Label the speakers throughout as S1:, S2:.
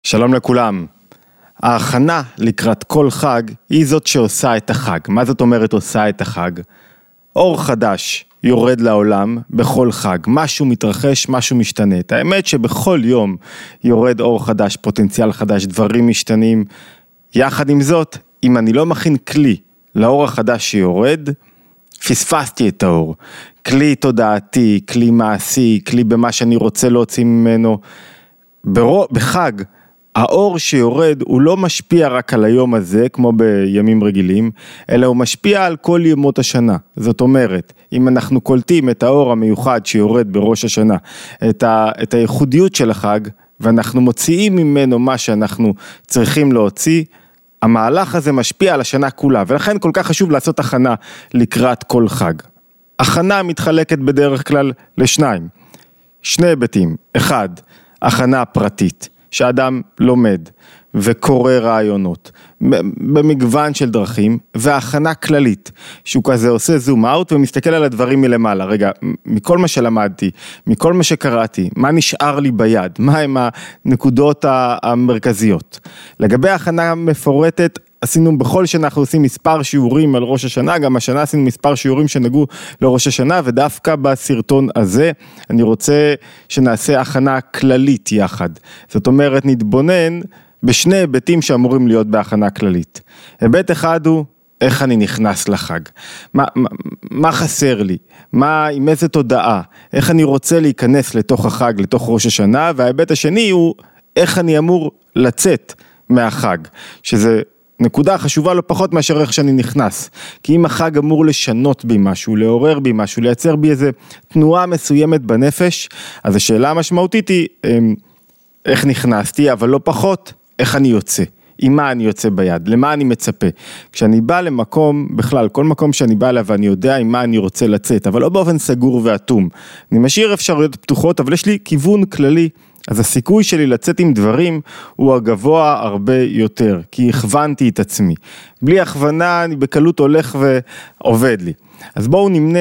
S1: שלום לכולם. ההכנה לקראת כל חג היא זאת שעושה את החג. מה זאת אומרת עושה את החג? אור חדש יורד לעולם בכל חג. משהו מתרחש, משהו משתנה. האמת שבכל יום יורד אור חדש, פוטנציאל חדש, דברים משתנים. יחד עם זאת, אם אני לא מכין כלי לאור החדש שיורד, פספסתי את האור. כלי תודעתי, כלי מעשי, כלי במה שאני רוצה להוציא ממנו. בחג, האור שיורד הוא לא משפיע רק על היום הזה, כמו בימים רגילים, אלא הוא משפיע על כל ימות השנה. זאת אומרת, אם אנחנו קולטים את האור המיוחד שיורד בראש השנה, את הייחודיות של החג, ואנחנו מוציאים ממנו מה שאנחנו צריכים להוציא, המהלך הזה משפיע על השנה כולה, ולכן כל כך חשוב לעשות הכנה לקראת כל חג. הכנה מתחלקת בדרך כלל לשניים, שני היבטים. אחד, הכנה פרטית, שאדם לומד וקורא רעיונות במגוון של דרכים, והכנה כללית, שהוא כזה עושה זום אאוט ומסתכל על הדברים מלמעלה. רגע, מכל מה שלמדתי, מכל מה שקראתי, מה נשאר לי ביד, מה הם הנקודות המרכזיות. לגבי הכנה מפורטת, עשינו בכל שנה, אנחנו עושים מספר שיעורים על ראש השנה, גם השנה עשינו מספר שיעורים שנגעו לראש השנה, ודווקא בסרטון הזה אני רוצה שנעשה הכנה כללית יחד. זאת אומרת, נתבונן בשני היבטים שאמורים להיות בהכנה כללית. היבט אחד הוא, איך אני נכנס לחג? מה חסר לי? עם איזה תודעה? איך אני רוצה להיכנס לתוך החג, לתוך ראש השנה? וההיבט השני הוא, איך אני אמור לצאת מהחג? שזה נקודה חשובה לא פחות מאשר איך שאני נכנס. כי אם החג אמור לשנות בי משהו, לעורר בי משהו, לייצר בי איזה תנועה מסוימת בנפש, אז השאלה המשמעותית היא, איך נכנסתי, אבל לא פחות, איך אני יוצא. עם מה אני יוצא ביד, למה אני מצפה. כשאני בא למקום, בכלל, כל מקום שאני בא אליו, ואני יודע עם מה אני רוצה לצאת, אבל לא באופן סגור ואטום. אני משאיר אפשרויות פתוחות, אבל יש לי כיוון כללי, אז הסיכוי שלי לצאת עם דברים הוא הגבוה הרבה יותר, כי הכוונתי את עצמי. בלי הכוונה אני בקלות הולך ועובד לי. אז בואו נמנה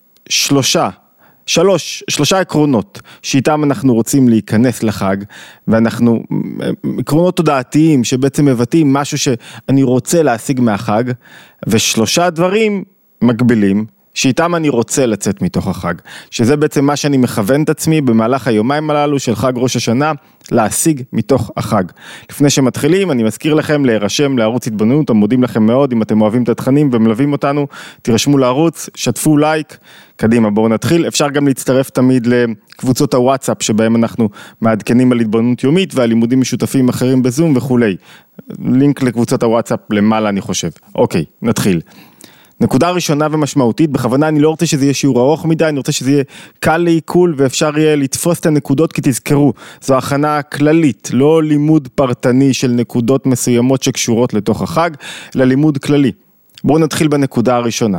S1: שלושה עקרונות שאיתם אנחנו רוצים להיכנס לחג, ואנחנו עקרונות תודעתיים שבעצם מבטאים משהו שאני רוצה להשיג מהחג, ושלושה דברים מקבילים שאיתם אני רוצה לצאת מתוך החג, שזה בעצם מה שאני מכוון את עצמי במהלך היומיים הללו של חג ראש השנה, להשיג מתוך החג. לפני שמתחילים, אני מזכיר לכם להירשם לערוץ התבוננות, מודים לכם מאוד, אם אתם אוהבים את התכנים ומלווים אותנו, תירשמו לערוץ, שתפו לייק, קדימה בואו נתחיל. אפשר גם להצטרף תמיד לקבוצות הוואטסאפ, שבהם אנחנו מעדכנים על התבוננות יומית, ועל לימודים משותפים אחרים בזום וכולי. לינק לקבוצות הוואטסאפ למעלה אני חושב. אוקיי, נתחיל. נקודה ראשונה ומשמעותית, בכוונה אני לא רוצה שזה יהיה שיעור ארוך מדי, אני רוצה שזה יהיה קל לעיכול ואפשר יהיה לתפוס את הנקודות, כי תזכרו, זו הכנה כללית, לא לימוד פרטני של נקודות מסוימות שקשורות לתוך החג, אלא לימוד כללי. בואו נתחיל בנקודה הראשונה.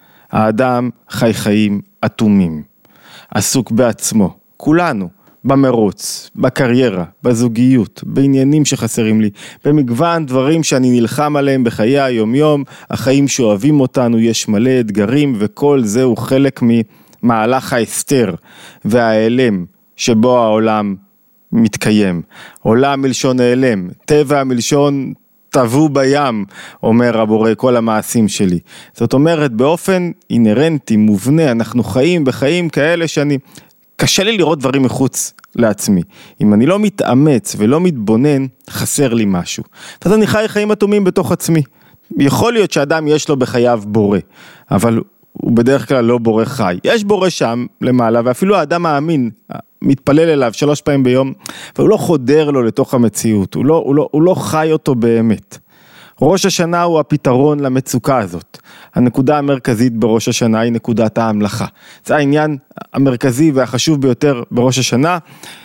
S1: האדם חי חיים אטומים, עסוק בעצמו, כולנו, במרוץ, בקריירה, בזוגיות, בעניינים שחסרים לי, במגוון דברים שאני נלחם עליהם בחיי היום-יום, החיים שאוהבים אותנו, יש מלא אתגרים, וכל זה הוא חלק ממהלך ההסתר וההיעלם שבו העולם מתקיים. עולם מלשון ההיעלם, טבע מלשון טבעו בים, אומר הבורא כל המעשים שלי. זאת אומרת, באופן אינרנטי, מובנה, אנחנו חיים בחיים כאלה שאני קשה לי לראות דברים מחוץ לעצמי. אם אני לא מתאמץ ולא מתבונן, חסר לי משהו. אז אני חי חיים אטומים בתוך עצמי. יכול להיות שאדם יש לו בחייו בורא, אבל הוא בדרך כלל לא בורא חי. יש בורא שם למעלה, ואפילו האדם האמין מתפלל אליו 3 פעמים ביום, והוא לא חודר לו לתוך המציאות, הוא לא חי אותו באמת. ראש השנה הוא הפתרון למצוקה הזאת. הנקודה המרכזית בראש השנה היא נקודת ההמלכה. זה העניין המרכזי והחשוב ביותר בראש השנה.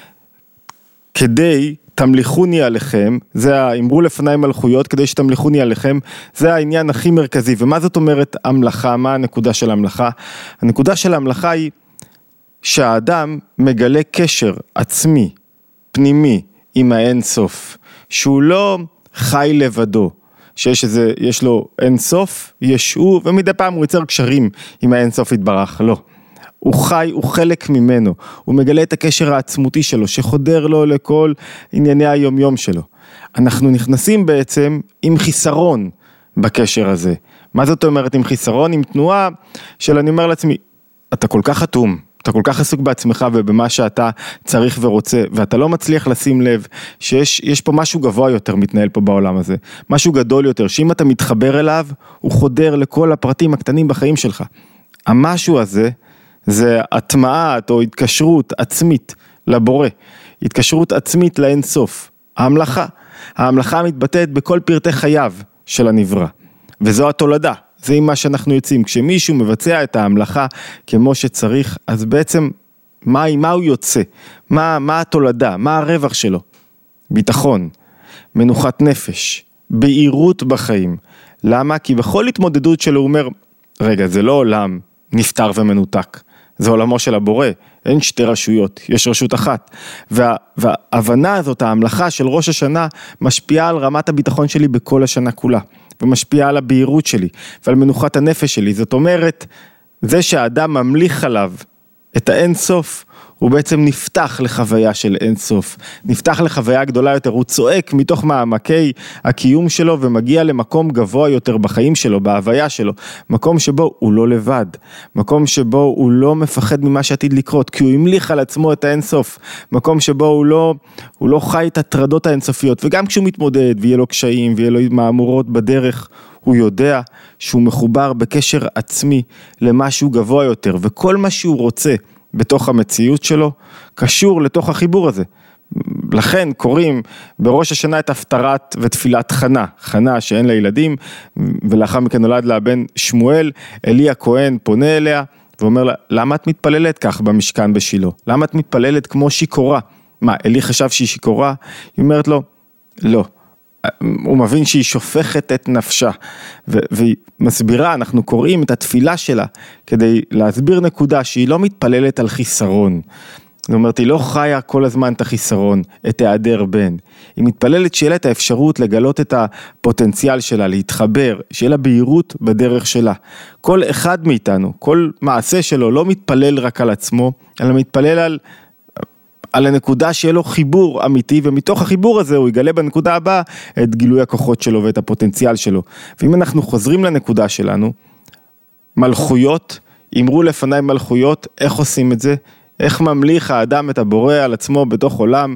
S1: כדי תמליכוני עליכם, זה אמרו לפני מלכויות, כדי שתמליכוני עליכם, זה העניין הכי מרכזי. ומה זאת אומרת המלכה? מה הנקודה של המלכה? הנקודה של המלכה היא שהאדם מגלה קשר עצמי, פנימי, עם האין סוף. שהוא לא חי לבדו. שיש לו אין סוף, ישעו, ומדי פעם הוא יצר קשרים עם האין סוף יתברך, לא. הוא חי, הוא חלק ממנו, הוא מגלה את הקשר העצמותי שלו, שחודר לו לכל ענייני היום-יום שלו. אנחנו נכנסים בעצם עם חיסרון בקשר הזה. מה זאת אומרת עם חיסרון? עם תנועה של אני אומר לעצמי, אתה כל כך אטום, אתה כל כך עסוק בעצמך ובמה שאתה צריך ורוצה, ואתה לא מצליח לשים לב שיש פה משהו גבוה יותר מתנהל פה בעולם הזה, משהו גדול יותר, שאם אתה מתחבר אליו, הוא חודר לכל הפרטים הקטנים בחיים שלך. המשהו הזה, זה הטמעת או התקשרות עצמית לבורא, התקשרות עצמית לאין סוף, ההמלכה מתבטאת בכל פרטי חייו של הנברא, וזו התולדה. זה עם מה שאנחנו יוצאים, כשמישהו מבצע את ההמלכה כמו שצריך, אז בעצם מה הוא יוצא? מה התולדה? מה הרווח שלו? ביטחון, מנוחת נפש, בהירות בחיים. למה? כי בכל התמודדות שלו הוא אומר, רגע, זה לא עולם נפטר ומנותק, זה עולמו של הבורא, אין שתי רשויות, יש רשות אחת. וההבנה הזאת, ההמלכה של ראש השנה, משפיעה על רמת הביטחון שלי בכל השנה כולה. ומשפיעה על הבהירות שלי, ועל מנוחת הנפש שלי. זאת אומרת, זה שהאדם ממליך עליו את האין סוף, הוא בעצם נפתח לחוויה של אין סוף, נפתח לחוויה גדולה יותר, הוא צועק מתוך מעמקי הקיום שלו, ומגיע למקום גבוה יותר בחיים שלו, בהוויה שלו, מקום שבו הוא לא לבד, מקום שבו הוא לא מפחד ממה שעתיד לקרות, כי הוא המליך על עצמו את האין סוף, מקום שבו הוא לא חי את הטרדות האינסופיות, וגם כשהוא מתמודד, ויהיה לו קשיים, ויהיה לו מאמורות בדרך, הוא יודע שהוא מחובר בקשר עצמי למשהו גבוה יותר, וכל מה שהוא רוצה, בתוך המציאות שלו, קשור לתוך החיבור הזה. לכן קוראים בראש השנה את הפטרת ותפילת חנה שאין לה ילדים, ולאחר מכן נולד לה בן שמואל, אלי הכהן פונה אליה, ואומר לה, למה את מתפללת כך במשכן בשילה? למה את מתפללת כמו שיקורה? מה, אלי חשב שהיא שיקורה? היא אומרת לו, לא. הוא מבין שהיא שופכת את נפשה, והיא מסבירה, אנחנו קוראים את התפילה שלה, כדי להסביר נקודה שהיא לא מתפללת על חיסרון, זאת אומרת, היא לא חיה כל הזמן את החיסרון, את העדר בן, היא מתפללת שיהיה לה את האפשרות לגלות את הפוטנציאל שלה, להתחבר, שיהיה לה בהירות בדרך שלה, כל אחד מאיתנו, כל מעשה שלו לא מתפלל רק על עצמו, אלא מתפלל על הנקודה שיהיה לו חיבור אמיתי, ומתוך החיבור הזה הוא יגלה בנקודה הבאה את גילוי הכוחות שלו ואת הפוטנציאל שלו. ואם אנחנו חוזרים לנקודה שלנו, מלכויות, אמרו לפניי מלכויות, איך עושים את זה? איך ממליך האדם את הבורא על עצמו בתוך עולם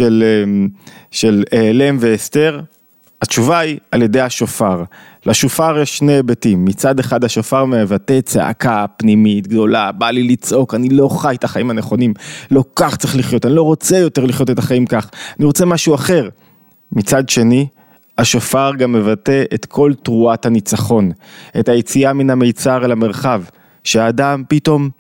S1: של העלם ואסתר? התשובה היא על ידי השופר. לשופר יש שני היבטים. מצד אחד השופר מבטא צעקה פנימית גדולה, בא לי לצעוק, אני לא חי את החיים הנכונים, לא כך צריך לחיות, אני לא רוצה יותר לחיות את החיים כך, אני רוצה משהו אחר. מצד שני, השופר גם מבטא את כל תרועת הניצחון, את היציאה מן המיצר אל המרחב, שהאדם פתאום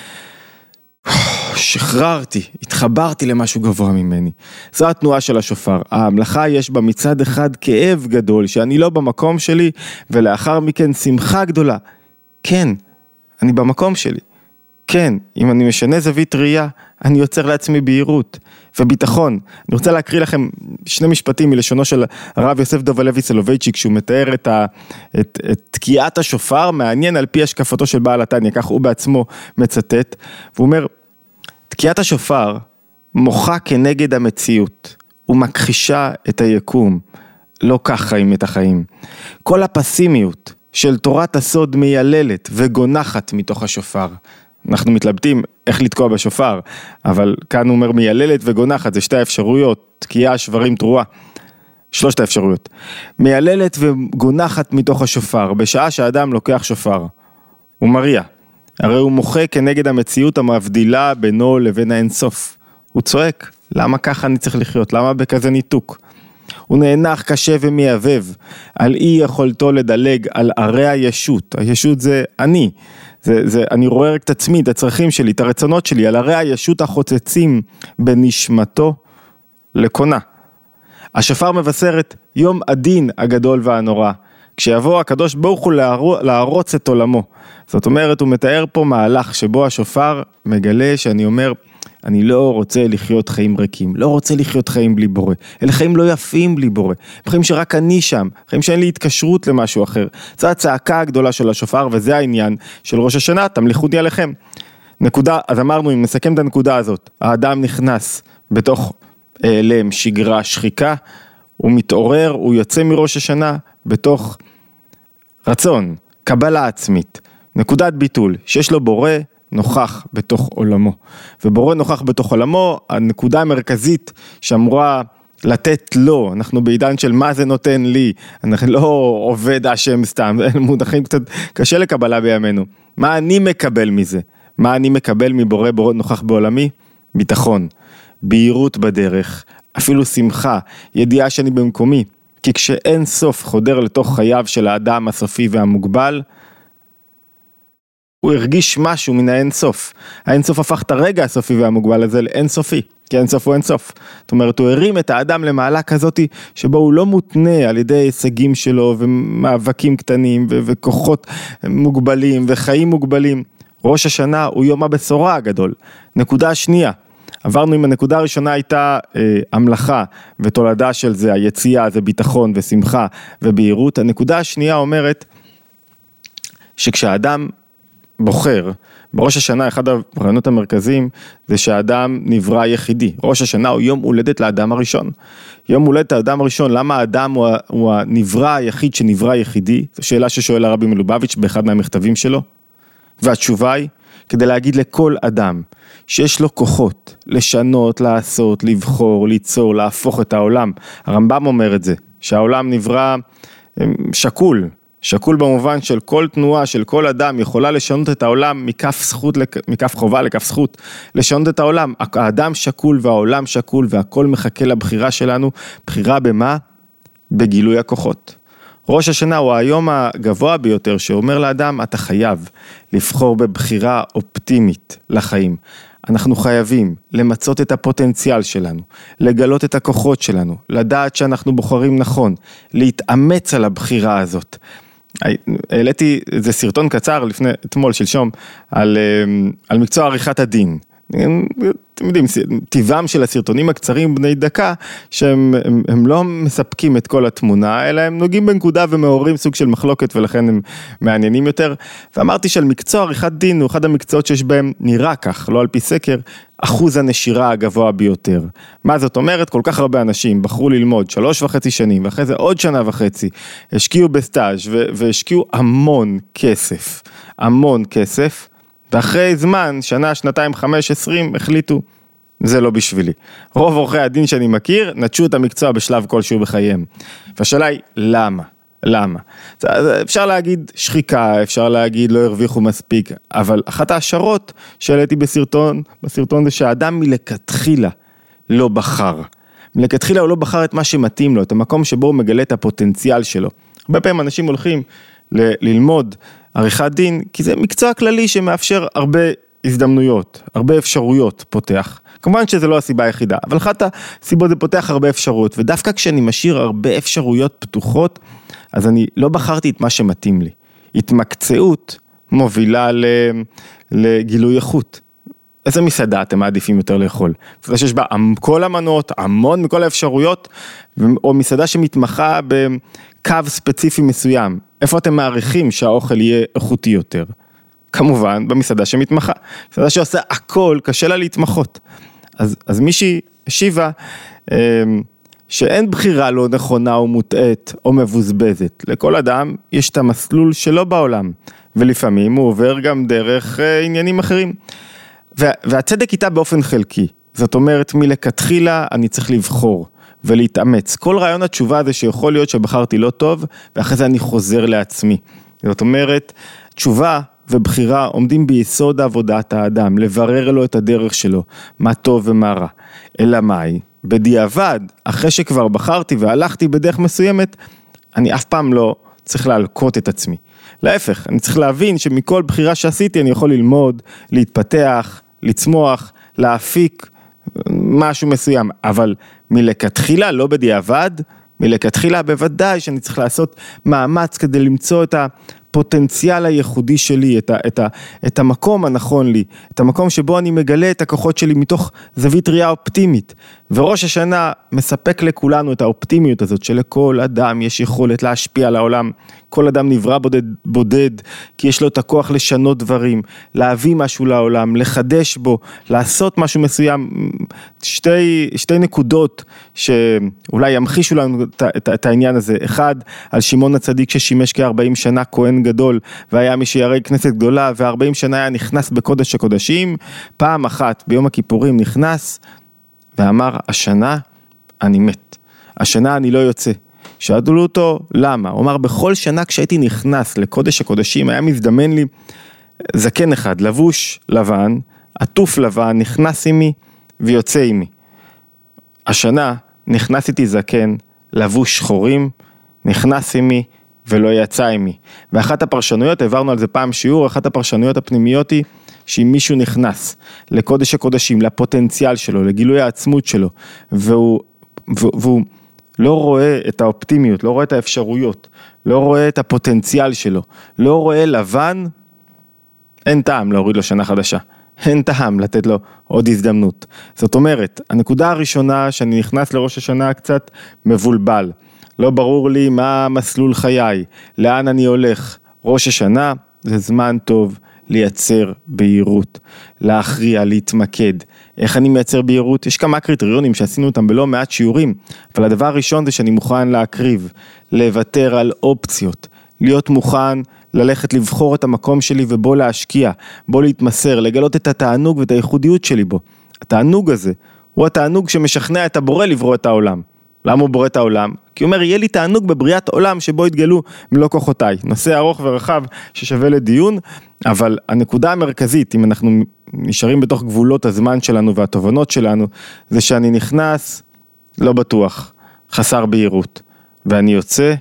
S1: שחררתי, התחברתי למשהו גבוה ממני. זו התנועה של השופר. ההמלכה יש בה מצד אחד כאב גדול, שאני לא במקום שלי, ולאחר מכן שמחה גדולה. כן, אני במקום שלי. כן, אם אני משנה זווית ראייה, אני יוצר לעצמי בהירות וביטחון. אני רוצה להקריא לכם שני משפטים מלשונו של הרב יוסף דוב הלוי סולובייצ'יק, שהוא מתאר את תקיעת השופר, מעניין על פי השקפתו של בעל התניא, כך הוא בעצמו מצטט, והוא אומר, תקיעת השופר מוחה כנגד המציאות, ומכחישה את היקום, לא כך חיים את החיים. כל הפסימיות של תורת הסוד מייללת וגונחת מתוך השופר. אנחנו מתלבטים איך לתקוע בשופר, אבל כאן הוא אומר מייללת וגונחת, זה שתי האפשרויות, תקיעה, שברים, תרועה. שלושת האפשרויות. מייללת וגונחת מתוך השופר, בשעה שהאדם לוקח שופר. הוא מריע. הרי הוא מוחה כנגד המציאות המבדילה בינו לבין האינסוף. הוא צועק, למה ככה אני צריך לחיות? למה בכזה ניתוק? הוא נאנח קשה ומייבב על אי יכולתו לדלג על ערי הישות. הישות זה אני. אני רואה רק את עצמי, את הצרכים שלי, את הרצונות שלי, על ערי הישות החוצצים בנשמתו לקונה. השופר מבשרת יום הדין הגדול והנורא. כשיבוא הקדוש ברוך הוא להרוץ את עולמו. זאת אומרת, הוא מתאר פה מהלך שבו השופר מגלה שאני אומר, אני לא רוצה לחיות חיים ריקים, לא רוצה לחיות חיים בלי בורא. אלה חיים לא יפים בלי בורא. חיים שרק אני שם, חיים שאין לי התקשרות למשהו אחר. זו הצעקה הגדולה של השופר, וזה העניין של ראש השנה, תמליכוני עליכם. נקודה, אז אמרנו, אם נסכם את הנקודה הזאת, האדם נכנס בתוך העלם, שגרה, שחיקה, הוא מתעורר, הוא יוצא מראש השנה בתוך רצון, קבלה עצמית, נקודת ביטול, שיש לו בורא נוכח בתוך עולמו. ובורא נוכח בתוך עולמו, הנקודה המרכזית שאמורה לתת לו, אנחנו בעידן של מה זה נותן לי, אנחנו לא עובד השם סתם, מונחים קצת קשה לקבלה בימינו. מה אני מקבל מזה? מה אני מקבל מבורא נוכח בעולמי? ביטחון, בהירות בדרך, אפילו שמחה, ידיעה שאני במקומי, כי כשאין סוף חודר לתוך חייו של האדם הסופי והמוגבל, הוא הרגיש משהו מן האין סוף. האין סוף הפך את הרגע הסופי והמוגבל הזה לאין סופי, כי אין סוף הוא אין סוף. זאת אומרת, הוא הרים את האדם למעלה כזאת, שבו הוא לא מותנה על ידי הישגים שלו, ומאבקים קטנים, וכוחות מוגבלים, וחיים מוגבלים. ראש השנה הוא יום הבשורה הגדול. נקודה שנייה, עברנו עם הנקודה הראשונה הייתה המלאכה ותולדה של זה, היציאה, זה ביטחון ושמחה ובהירות. הנקודה השנייה אומרת שכשהאדם בוחר, בראש השנה אחד הרעיונות המרכזיים זה שהאדם נברא יחידי. ראש השנה הוא יום הולדת לאדם הראשון. יום הולדת לאדם הראשון, למה האדם הוא הנברא היחיד שנברא יחידי? זו שאלה ששואל הרבי מלובביץ' באחד מהמכתבים שלו. והתשובה היא, כדי להגיד לכל אדם שיש לו כוחות לשנות, לעשות, לבחור, ליצור, להפוך את העולם. הרמב"ם אומר את זה, שהעולם נברא שקול, שקול במובן של כל תנועה של כל אדם יכולה לשנות את העולם מכף חובה לכף זכות, לשנות את העולם. האדם שקול והעולם שקול והכל מחכה לבחירה שלנו. בחירה במה? בגילוי הכוחות. ראש השנה הוא היום הגבוה ביותר שאומר לאדם, אתה חייב לבחור בבחירה אופטימית לחיים. אנחנו חייבים למצות את הפוטנציאל שלנו, לגלות את הכוחות שלנו, לדעת שאנחנו בוחרים נכון, להתאמץ על הבחירה הזאת. העליתי איזה סרטון קצר אתמול שלשום על מקצוע עריכת הדין. אתם יודעים, טבעם של הסרטונים הקצרים בני דקה, שהם לא מספקים את כל התמונה, אלא הם נוגעים בנקודה ומעוררים סוג של מחלוקת, ולכן הם מעניינים יותר. ואמרתי שעל מקצוע עריכת דין הוא אחד המקצועות שיש בהם, נראה כך, לא על פי סקר, אחוז הנשירה הגבוה ביותר. מה זאת אומרת? כל כך הרבה אנשים בחרו ללמוד 3.5 שנים, ואחרי זה עוד 1.5 שנה, השקיעו בסטאז' והשקיעו המון כסף, המון כסף, ואחרי זמן, שנה, שנתיים, 5, 20, החליטו, זה לא בשבילי. רוב עורכי הדין שאני מכיר, נטשו את המקצוע בשלב כלשהו בחייהם. והשאלה היא, למה? למה? אפשר להגיד שחיקה, אפשר להגיד לא הרוויחו מספיק, אבל אחת ההשערות שהעליתי בסרטון זה שהאדם מלכתחילה לא בחר. מלכתחילה הוא לא בחר את מה שמתאים לו, את המקום שבו הוא מגלה את הפוטנציאל שלו. הרבה פעמים אנשים הולכים ללמוד עריכת דין, כי זה מקצוע כללי שמאפשר הרבה הזדמנויות, הרבה אפשרויות פותח. כמובן שזה לא הסיבה היחידה, אבל אחת הסיבות זה פותח הרבה אפשרויות, ודווקא כשאני משאיר הרבה אפשרויות פתוחות, אז אני לא בחרתי את מה שמתאים לי. התמקצעות מובילה לגילוי איכות. איזה מסעדה אתם מעדיפים יותר לאכול? מסעדה שיש בה כל המנות, המון מכל האפשרויות, או מסעדה שמתמחה בקו ספציפי מסוים. איפה אתם מעריכים שהאוכל יהיה איכותי יותר? כמובן, במסעדה שמתמחה. מסעדה שעושה הכל, קשה לה להתמחות. אז מישהי השיבה שאין בחירה לא נכונה או מוטעת או מבוזבזת. לכל אדם יש את המסלול שלו בעולם, ולפעמים הוא עובר גם דרך עניינים אחרים. והצדק איתה באופן חלקי. זאת אומרת, מלכתחילה אני צריך לבחור ולהתאמץ. כל רעיון התשובה זה שיכול להיות שבחרתי לא טוב, ואחרי זה אני חוזר לעצמי. זאת אומרת, תשובה ובחירה עומדים ביסוד עבודת האדם, לברר לו את הדרך שלו, מה טוב ומה רע. אלא מהי? בדיעבד, אחרי שכבר בחרתי והלכתי בדרך מסוימת, אני אף פעם לא צריך להלקות את עצמי. להפך, אני צריך להבין שמכל בחירה שעשיתי אני יכול ללמוד, להתפתח, לצמוח, להפיק משהו מסוים, אבל מלכתחילה, לא בדיעבד, מלכתחילה בוודאי שאני צריך לעשות מאמץ כדי למצוא את הפוטנציאל הייחודי שלי, את המקום הנכון לי, את המקום שבו אני מגלה את הכוחות שלי מתוך זווית ראייה אופטימית, וראש השנה מספק לכולנו את האופטימיות הזאת, שלכל אדם יש יכולת להשפיע על העולם, כל אדם נברא בודד, כי יש לו את הכוח לשנות דברים, להביא משהו לעולם, לחדש בו, לעשות משהו מסוים, שתי נקודות שאולי ימחישו לנו את העניין הזה, אחד על שמעון הצדיק ששימש כ-40 שנה כהן גדול, והיה מי שירא כנסת גדולה, ו-40 שנה היה נכנס בקודש הקודשים, פעם אחת ביום הכיפורים נכנס, ואמר, השנה אני מת, השנה אני לא יוצא. שאלו אותו, למה? הוא אמר, בכל שנה כשהייתי נכנס לקודש הקודשים, היה מזדמן לי זקן אחד, לבוש לבן, עטוף לבן, נכנס עמי ויוצא עמי. השנה נכנס איתי זקן, לבוש שחורים, נכנס עמי ולא יצא עמי. ואחת הפרשנויות, העברנו על זה פעם שיעור, אחת הפרשנויות הפנימיות היא, שאם מישהו נכנס לקודש הקודשים, לפוטנציאל שלו, לגילוי העצמות שלו, והוא לא רואה את האופטימיות, לא רואה את האפשרויות, לא רואה את הפוטנציאל שלו, לא רואה לבן, אין טעם להוריד לו שנה חדשה, אין טעם לתת לו עוד הזדמנות. זאת אומרת, הנקודה הראשונה שאני נכנס לראש השנה קצת מבולבל, לא ברור לי מה מסלול חיי, לאן אני הולך. ראש השנה זה זמן טוב לייצר בהירות, להכריע, להתמקד. איך אני מייצר בהירות? יש כמה קריטריונים שעשינו אותם בלא מעט שיעורים, אבל הדבר הראשון זה שאני מוכן להקריב, לוותר על אופציות, להיות מוכן ללכת לבחור את המקום שלי ובו להשקיע, בו להתמסר, לגלות את התענוג ואת הייחודיות שלי בו. התענוג הזה הוא התענוג שמשכנע את הבורא לברוא את העולם. למה הוא בורא את העולם? כי הוא אומר, יהיה לי תענוג בבריאת עולם שבו יתגלו מלוא כוחותיי. נושא ארוך ורחב ששווה לדיון, אבל הנקודה המרכזית, אם אנחנו נשארים בתוך גבולות הזמן שלנו והתובנות שלנו, זה שאני נכנס, לא בטוח, חסר בהירות, ואני יוצא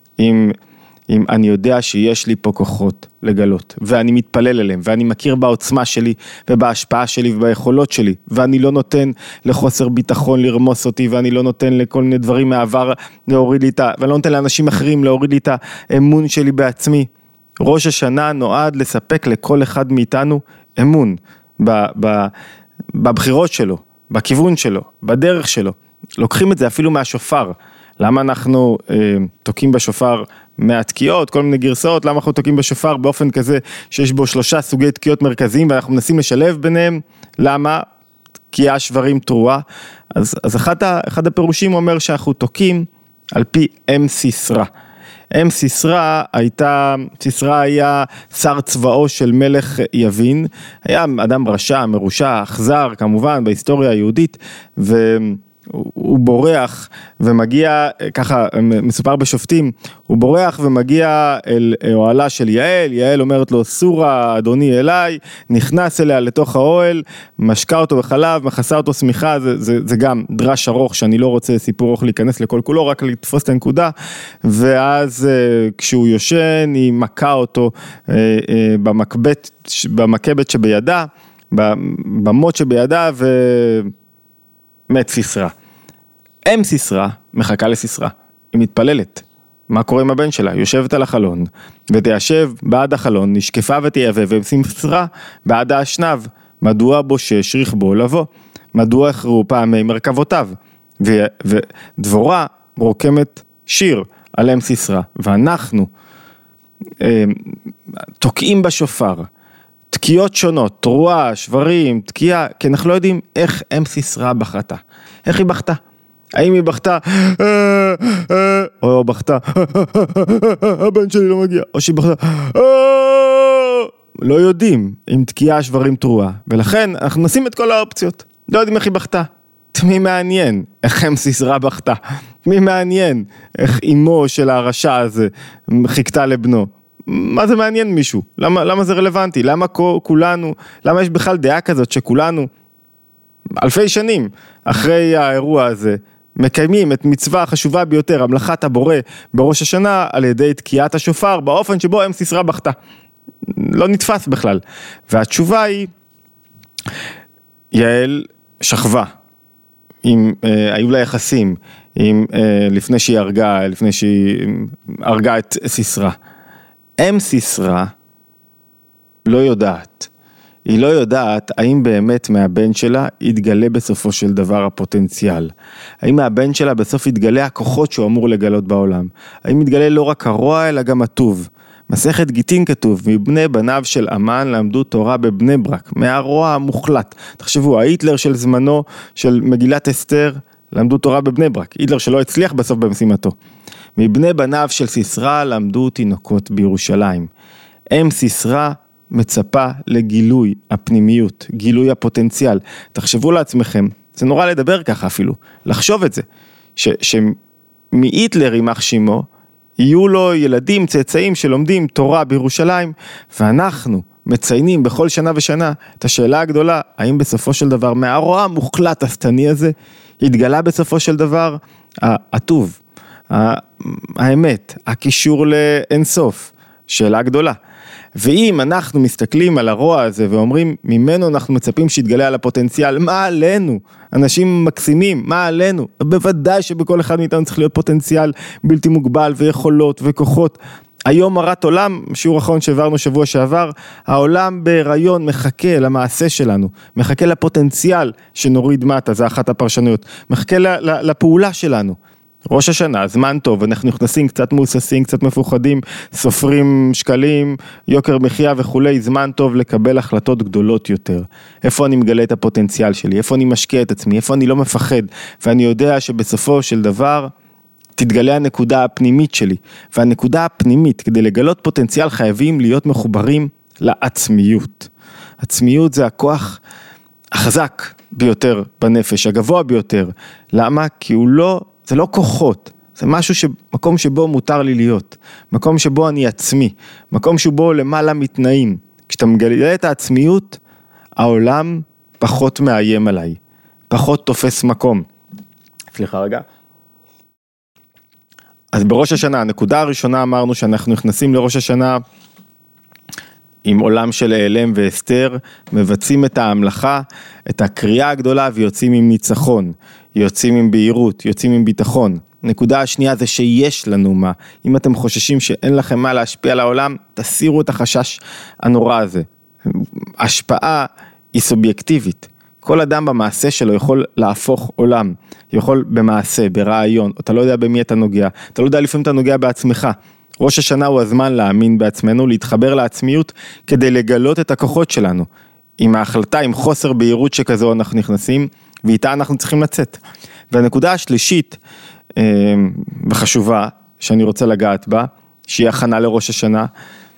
S1: אם אני יודע שיש לי פה כוחות לגלות, ואני מתפלל אליהם, ואני מכיר בעוצמה שלי, ובהשפעה שלי, וביכולות שלי, ואני לא נותן לחוסר ביטחון לרמוס אותי, ואני לא נותן לכל מיני דברים מהעבר להוריד לי ואני לא נותן לאנשים אחרים להוריד לי את האמון שלי בעצמי. ראש השנה נועד לספק לכל אחד מאיתנו אמון, בבחירות שלו, בכיוון שלו, בדרך שלו. לוקחים את זה אפילו מהשופר. למה אנחנו תוקים בשופר מהתקיעות, כל מיני גרסאות, למה אנחנו תוקים בשופר באופן כזה שיש בו 3 סוגי תקיעות מרכזיים ואנחנו מנסים לשלב ביניהם? למה? תקיעה שברים תרועה. אז אחד הפירושים אומר שאנחנו תוקים על פי אם סיסרא. אם סיסרא היה שר צבאו של מלך יבין, היה אדם רשע, מרושע, אכזר כמובן בהיסטוריה היהודית, הוא בורח ומגיע, ככה מסופר בשופטים, הוא בורח ומגיע אל אוהלה של יעל, יעל אומרת לו, סורה אדוני אליי, נכנס אליה לתוך האוהל, משקה אותו בחלב, מכסה אותו סמיכה, זה גם דרש ארוך, שאני לא רוצה סיפור ארוך להיכנס לכל כולו, רק לתפוס את הנקודה, ואז כשהוא יושן, היא מכה אותו במקבת שבידה, במות שבידה, מת סיסרא. אם סיסרא מחכה לסיסרא, היא מתפללת. מה קורה עם הבן שלה? יושבת על החלון, ותיישב בעד החלון, נשקפה ותייבא, וסיסרא בעד האשנב. מדוע בושש רכבו לבוא? מדוע הכרעו פעמי מרכבותיו? ודבורה רוקמת שיר על אם סיסרא, ואנחנו תוקעים בשופר, תקיעות שונות, תרועה, שברים, תקיעה, כי אנחנו לא יודעים איך אם סיסרא בכתה. איך היא בכתה? האם היא בכתה, או בכתה, הבן שלי לא מגיע, או שהיא בכתה, לא יודעים אם תקיעה, שברים, תרועה, ולכן אנחנו נשים את כל האופציות, לא יודעים איך היא בכתה. מי מעניין איך אם סיסרא בכתה? מי מעניין איך אמו של הרשע הזה חיכתה לבנו? מה זה מעניין מישהו? למה זה רלוונטי? למה כולנו, למה יש בכלל דעה כזאת שכולנו אלפי שנים אחרי האירוע הזה מקיימים את מצווה החשובה ביותר, המלאכת הבורא בראש השנה על ידי תקיעת השופר באופן שבו אם סיסרא בכתה? לא נתפס בכלל. והתשובה היא, יעל שכבה, היו לה יחסים, לפני שהיא הרגה את סיסרא. אם סיסרא לא יודעת היא לא יודעת האם באמת מהבן שלה יתגלה בסופו של דבר הפוטנציאל. האם מהבן שלה בסוף יתגלה הכוחות שהוא אמור לגלות בעולם. האם יתגלה לא רק הרוע אלא גם הטוב. מסכת גיטין כתוב, מבני בניו של אמן למדו תורה בבני ברק, מהרוע המוחלט. תחשבו, ההיטלר של זמנו, של מגילת אסתר, למדו תורה בבני ברק. היטלר שלא הצליח בסוף במשימתו. מבני בניו של סיסרא למדו תינוקות בירושלים. אם סיסרא מצפה לגילוי הפנימיות, גילוי הפוטנציאל. תחשבו לעצמכם, זה נורא לדבר ככה אפילו, לחשוב את זה, שמהיטלר יימח שמו, יהיו לו ילדים צאצאים שלומדים תורה בירושלים, ואנחנו מציינים בכל שנה ושנה את השאלה הגדולה, האם בסופו של דבר מהרוע המוחלט השטני הזה, התגלה בסופו של דבר הטוב, האמת, הקישור לאינסוף, שאלה גדולה. ואם אנחנו מסתכלים על הרוע הזה ואומרים, ממנו אנחנו מצפים שיתגלה על הפוטנציאל, מה עלינו? אנשים מקסימים, מה עלינו? בוודאי שבכל אחד מאיתנו צריך להיות פוטנציאל בלתי מוגבל ויכולות וכוחות. היום מרת עולם, שיעור אחרון שעברנו שבוע שעבר, העולם בהיריון מחכה למעשה שלנו, מחכה לפוטנציאל שנוריד מטה, זה אחת הפרשנויות, מחכה לפעולה שלנו. ראש השנה, זמן טוב, אנחנו נכנסים קצת מוססים, קצת מפוחדים, סופרים שקלים, יוקר מחיה וכולי, זמן טוב לקבל החלטות גדולות יותר. איפה אני מגלה את הפוטנציאל שלי, איפה אני משקיע את עצמי, איפה אני לא מפחד, ואני יודע שבסופו של דבר תתגלה הנקודה הפנימית שלי, והנקודה הפנימית, כדי לגלות פוטנציאל חייבים להיות מחוברים לעצמיות. עצמיות זה הכוח החזק ביותר בנפש, הגבוה ביותר. למה? כי זה לא כוחות, זה משהו מקום שבו מותר לי להיות, מקום שבו אני עצמי, מקום שבו למעלה מתנאים. כשאתה מגלה את העצמיות, העולם פחות מאיים עליי, פחות תופס מקום. סליחה רגע. אז בראש השנה, הנקודה הראשונה אמרנו שאנחנו נכנסים לראש השנה עם עולם של העלם ואסתר, מבצעים את ההמלכה, את הקריאה הגדולה ויוצאים עם ניצחון, יוצאים עם בהירות, יוצאים עם ביטחון. נקודה השנייה זה שיש לנו מה. אם אתם חוששים שאין לכם מה להשפיע על העולם, תסירו את החשש הנורא הזה. השפעה היא סובייקטיבית. כל אדם במעשה שלו יכול להפוך עולם, יכול במעשה, ברעיון, אתה לא יודע במי אתה נוגע, אתה לא יודע לפעמים אתה נוגע בעצמך. ראש השנה הוא הזמן להאמין בעצמנו, להתחבר לעצמיות כדי לגלות את הכוחות שלנו. עם ההחלטה, עם חוסר בהירות שכזו אנחנו נכנסים, ואיתה אנחנו צריכים לצאת. והנקודה השלישית וחשובה שאני רוצה לגעת בה, שהיא הכנה לראש השנה,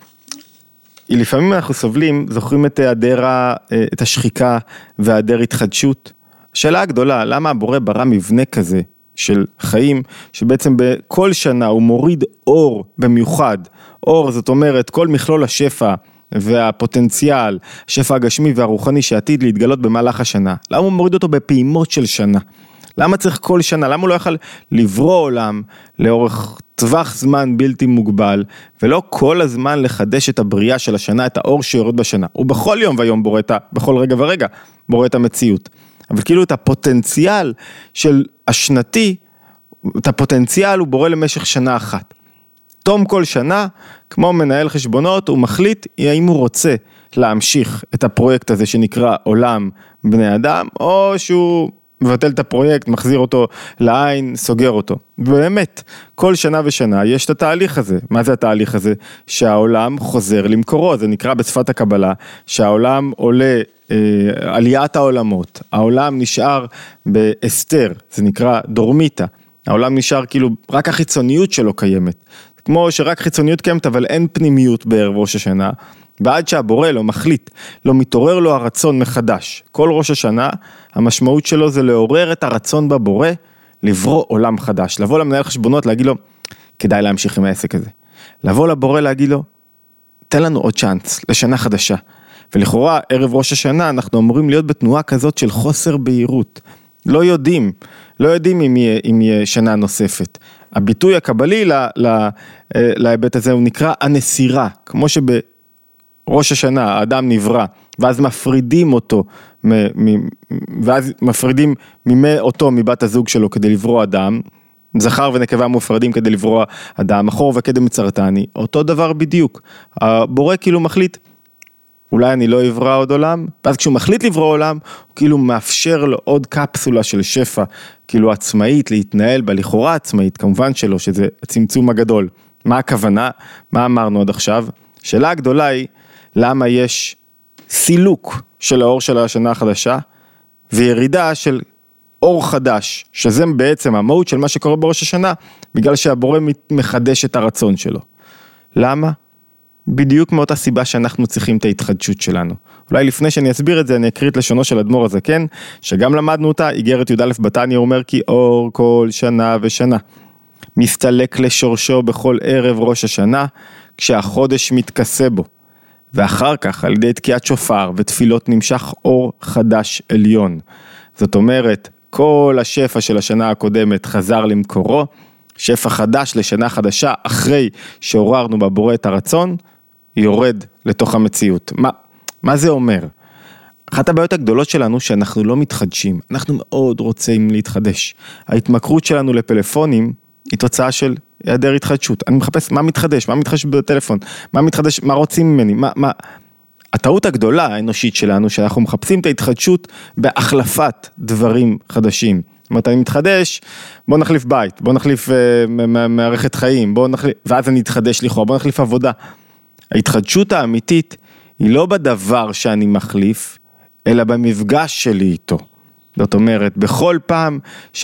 S1: היא לפעמים אנחנו סובלים, זוכרים את השחיקה והיעדר התחדשות. השאלה הגדולה, למה הבורא ברא מבנה כזה של חיים, שבעצם בכל שנה הוא מוריד אור במיוחד, אור זאת אומרת כל מכלול השפע והפוטנציאל, השפע הגשמי והרוחני שעתיד להתגלות במהלך השנה. למה הוא מוריד אותו בפעימות של שנה? למה צריך כל שנה? למה הוא לא יכול לברוא עולם לאורך טווח זמן בלתי מוגבל, ולא כל הזמן לחדש את הבריאה של השנה, את האור שיורד בשנה? הוא בכל יום ויום בורא בכל רגע ורגע בורא את המציאות. אבל כאילו את הפוטנציאל של השנתי, את הפוטנציאל הוא בורא למשך שנה אחת. תום כל שנה, כמו מנהל חשבונות, הוא מחליט האם הוא רוצה להמשיך את הפרויקט הזה שנקרא עולם בני אדם, או שהוא מבטל את הפרויקט, מחזיר אותו לעין, סוגר אותו. באמת, כל שנה ושנה יש את התהליך הזה. מה זה התהליך הזה? שהעולם חוזר למקורו, זה נקרא בשפת הקבלה, שהעולם עולה, עליית העולמות, העולם נשאר באסתר, זה נקרא דורמיטה, העולם נשאר כאילו, רק החיצוניות שלו קיימת, כמו שרק חיצוניות קיימת, אבל אין פנימיות בערב ראש השנה, ועד שהבורא לא מחליט, לא מתעורר לו הרצון מחדש. כל ראש השנה, המשמעות שלו זה לעורר את הרצון בבורא, לברוא עולם חדש, לבוא למנהל חשבונות, להגיד לו, כדאי להמשיך עם העסק הזה. לבוא לבורא להגיד לו, תן לנו עוד צ'אנס לשנה חדשה. ולכאורה, ערב ראש השנה, אנחנו אמורים להיות בתנועה כזאת של חוסר בהירות. לא יודעים אם יהיה שנה נוספת. הביטוי הקבלי להיבט הזה הוא נקרא הנסירה, כמו ראש השנה, האדם נברא, ואז מפרידים אותו, ואז מפרידים אותו מבת הזוג שלו כדי לברוא אדם, זכר ונקבה מופרדים כדי לברוא אדם, אחור וקדם מצרתני, אותו דבר בדיוק. הבורא כאילו מחליט, אולי אני לא אברא עוד עולם, ואז כשהוא מחליט לברוא עולם, הוא כאילו מאפשר לו עוד קפסולה של שפע, כאילו עצמאית, להתנהל לכאורה עצמאית, כמובן שלא, שזה הצמצום הגדול. מה הכוונה? מה אמרנו עד עכשיו? שאלה הגדולה היא, למה יש סילוק של האור של השנה החדשה, וירידה של אור חדש, שזה בעצם המהות של מה שקורה בראש השנה, בגלל שהבורא מחדש את הרצון שלו. למה? בדיוק מאותה סיבה שאנחנו צריכים את ההתחדשות שלנו. אולי לפני שאני אסביר את זה, אני אקריא את לשונו של אדמו"ר הזקן, שגם למדנו אותה, איגרת י"א בתניא, אומר כי אור כל שנה ושנה, מסתלק לשורשו בכל ערב ראש השנה, כשהחודש מתכסה בו, ואחר כך על ידי תקיעת שופר ותפילות נמשך אור חדש עליון. זאת אומרת, כל השפע של השנה הקודמת חזר למקורו, שפע חדש לשנה חדשה, אחרי שעוררנו בבורא את הרצון, יורד לתוך המציאות. מה זה אומר? אחת הבעיות הגדולות שלנו שאנחנו לא מתחדשים, אנחנו מאוד רוצים להתחדש. ההתמכרות שלנו לפלאפונים היא תוצאה של היעדר התחדשות. אני מחפש מה מתחדש בטלפון, מה מתחדש, מה רוצים ממני, הטעות הגדולה האנושית שלנו, שאנחנו מחפשים את ההתחדשות בהחלפת דברים חדשים. זאת אומרת, אני מתחדש, בוא נחליף בית, בוא נחליף מערכת חיים, ואז אני אתחדש לכאורה, בוא נחליף עבודה. ההתחדשות האמיתית היא לא בדבר שאני מחליף, אלא במפגש שלי איתו. זאת אומרת, בכל פעם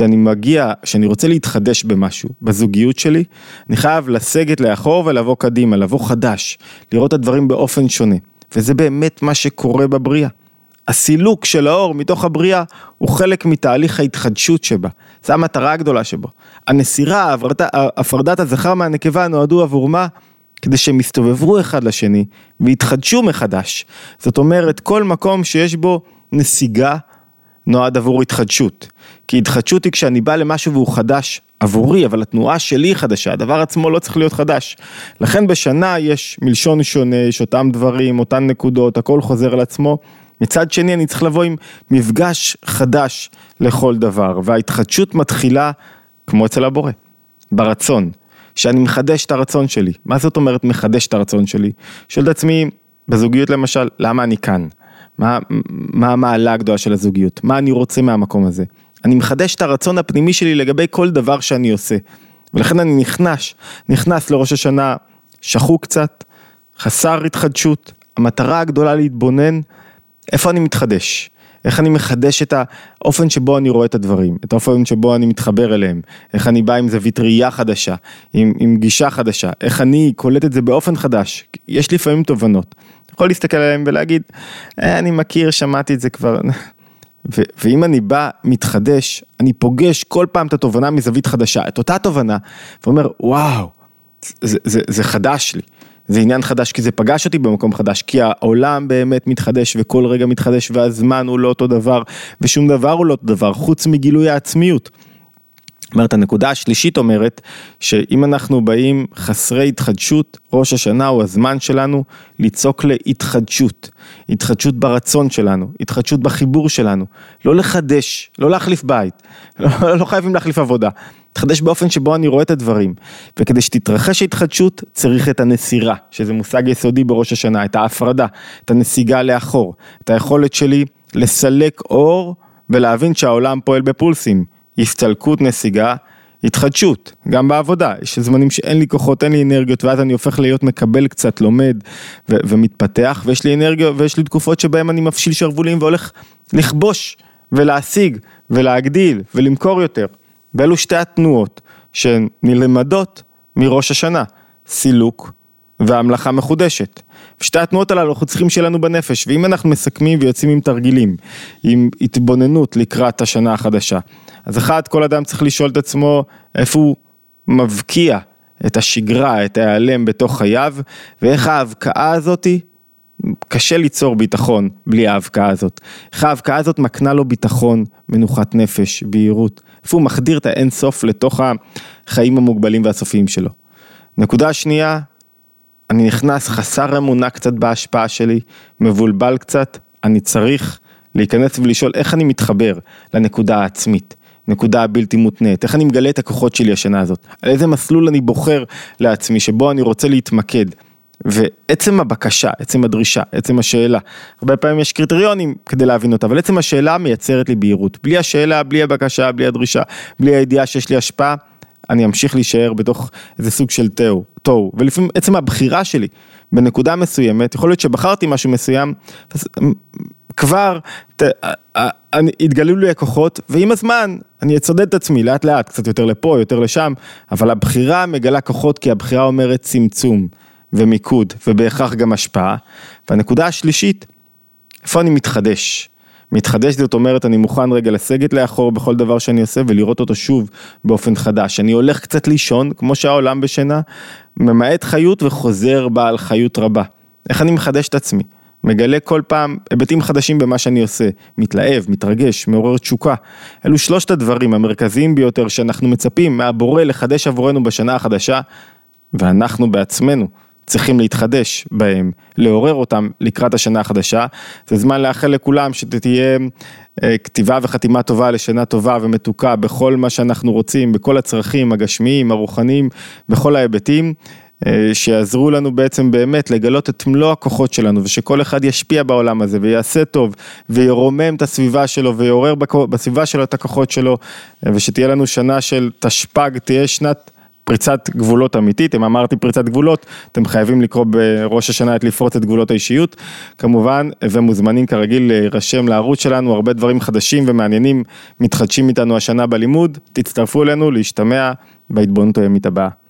S1: שאני רוצה להתחדש במשהו, בזוגיות שלי, אני חייב לסגת לאחור ולבוא קדימה, לבוא חדש, לראות את הדברים באופן שונה. וזה באמת מה שקורה בבריאה. הסילוק של האור מתוך הבריאה הוא חלק מתהליך ההתחדשות שבה. זו המטרה הגדולה שבו. הנסירה, הפרדת הזכר מהנקבה נועדו עבור מה? כדי שהם יסתובבו אחד לשני והתחדשו מחדש. זאת אומרת, כל מקום שיש בו נסיגה נועד עבור התחדשות. כי התחדשות היא כשאני בא למשהו והוא חדש עבורי, אבל התנועה שלי היא חדשה, הדבר עצמו לא צריך להיות חדש. לכן בשנה יש מלשון שונה, יש אותם דברים, אותן נקודות, הכל חוזר על עצמו. מצד שני אני צריך לבוא עם מפגש חדש לכל דבר, וההתחדשות מתחילה כמו אצל הבורא, ברצון, שאני מחדש את הרצון שלי. מה זאת אומרת מחדש את הרצון שלי? שואל את עצמי, בזוגיות למשל, למה אני כאן? מה המעלה הגדולה של הזוגיות? מה אני רוצה מהמקום הזה? אני מחדש את הרצון הפנימי שלי לגבי כל דבר שאני עושה. ולכן אני נכנס לראש השנה שחוק קצת, חסר התחדשות. המטרה הגדולה להתבונן, איפה אני מתחדש? איך אני מחדש את האופן שבו אני רואה את הדברים, את האופן שבו אני מתחבר אליהם, איך אני בא עם זווית ראייה חדשה, עם גישה חדשה, איך אני קולט את זה באופן חדש. יש לפעמים תובנות. יכול להסתכל עליהם ולהגיד, אני מכיר, שמעתי את זה כבר. ואם אני בא, מתחדש, אני פוגש כל פעם את התובנה מזווית חדשה, את אותה תובנה, ואומר, וואו, זה חדש לי. זה עניין חדש, כי זה פגש אותי במקום חדש, כי העולם באמת מתחדש, וכל רגע מתחדש, והזמן הוא לא אותו דבר, ושום דבר הוא לא אותו דבר, חוץ מגילוי העצמיות. אומרת, הנקודה השלישית אומרת, שאם אנחנו באים חסרי התחדשות, ראש השנה הוא הזמן שלנו ליצוק להתחדשות, התחדשות ברצון שלנו, התחדשות בחיבור שלנו, לא לחדש, לא להחליף בית, לא חייבים להחליף עבודה, תחדש באופן שבו אני רואה את הדברים, וכדי שתתרחש ההתחדשות, צריך את הנסירה, שזה מושג יסודי בראש השנה, את ההפרדה, את הנסיגה לאחור, את היכולת שלי לסלק אור, ולהבין שהעולם פועל בפולסים, הסתלקות, נסיגה, התחדשות, גם בעבודה, יש זמנים שאין לי כוחות, אין לי אנרגיות, ואז אני הופך להיות מקבל קצת, לומד ומתפתח, ויש לי אנרגיות, ויש לי תקופות שבהם אני מפשיל שרבולים, והולך לכבוש, ולהשיג, ולהגדיל, ולמכור יותר. ואלו שתי התנועות שנלמדות מראש השנה, סילוק והמלאכה מחודשת. ושתי התנועות הללו אנחנו צריכים שלנו בנפש, ואם אנחנו מסכמים ויוצאים עם תרגילים, עם התבוננות לקראת השנה החדשה, אז אחד, כל אדם צריך לשאול את עצמו איפה הוא מבקיע את השגרה, את ההיעלם בתוך חייו, ואיך ההבקעה הזאת, קשה ליצור ביטחון בלי ההבקעה הזאת. איך ההבקעה הזאת מקנה לו ביטחון, מנוחת נפש, בהירות. איפה הוא מחדיר את האין סוף לתוך החיים המוגבלים והסופיים שלו. נקודה שנייה, אני נכנס חסר אמונה קצת בהשפעה שלי, מבולבל קצת, אני צריך להיכנס ולשאול איך אני מתחבר לנקודה העצמית, נקודה הבלתי מותנית, איך אני מגלה את הכוחות שלי השנה הזאת, על איזה מסלול אני בוחר לעצמי, שבו אני רוצה להתמקד, ועצם הבקשה, עצם הדרישה, עצם השאלה, הרבה פעמים יש קריטריונים כדי להבין אותה, אבל עצם השאלה מייצרת לי בהירות, בלי השאלה, בלי הבקשה, בלי הדרישה, בלי הידיעה שיש לי השפעה, אני אמשיך להישאר בתוך איזה סוג של תוהו, ולפעמים עצם הבחירה שלי בנקודה מסוימת, יכול להיות שבחרתי משהו מסוים, כבר התגלו לי הכוחות, ועם הזמן אני אצודד את עצמי לאט לאט, קצת יותר לפה, יותר לשם, אבל הבחירה מגלה כוחות, כי הבחירה אומרת צמצום ומיקוד, ובהכרח גם השפעה. והנקודה השלישית, איפה אני מתחדש? מתחדש זאת אומרת, אני מוכן רגע לסגת לאחור בכל דבר שאני עושה, ולראות אותו שוב באופן חדש. אני הולך קצת לישון, כמו שהעולם בשינה, ממעט חיות וחוזר בעל חיות רבה. איך אני מחדש את עצמי? מגלה כל פעם היבטים חדשים במה שאני עושה, מתלהב, מתרגש, מעורר תשוקה. אלו שלושת הדברים המרכזיים ביותר שאנחנו מצפים מהבורא לחדש עבורנו בשנה החדשה, ואנחנו בעצמנו צריכים להתחדש בהם, לעורר אותם לקראת השנה החדשה. זה זמן לאחל לכולם שתהיה כתיבה וחתימה טובה לשנה טובה ומתוקה בכל מה שאנחנו רוצים, בכל הצרכים הגשמיים, הרוחניים, בכל ההיבטים, שיעזרו לנו בעצם באמת לגלות את מלוא הכוחות שלנו, ושכל אחד ישפיע בעולם הזה ויעשה טוב, וירומם את הסביבה שלו, ויעורר בסביבה שלו את הכוחות שלו, ושתהיה לנו שנה של תשפ"ג, תהיה שנת פריצת גבולות אמיתית. אם אמרתי פריצת גבולות, אתם חייבים לקרוא בראש השנה את לפרוץ את גבולות האישיות, כמובן, ומוזמנים כרגיל להירשם לערוץ שלנו, הרבה דברים חדשים ומעניינים מתחדשים איתנו השנה בלימוד, תצטרפו אלינו להשתמע בהתבוננות היומית הבאה.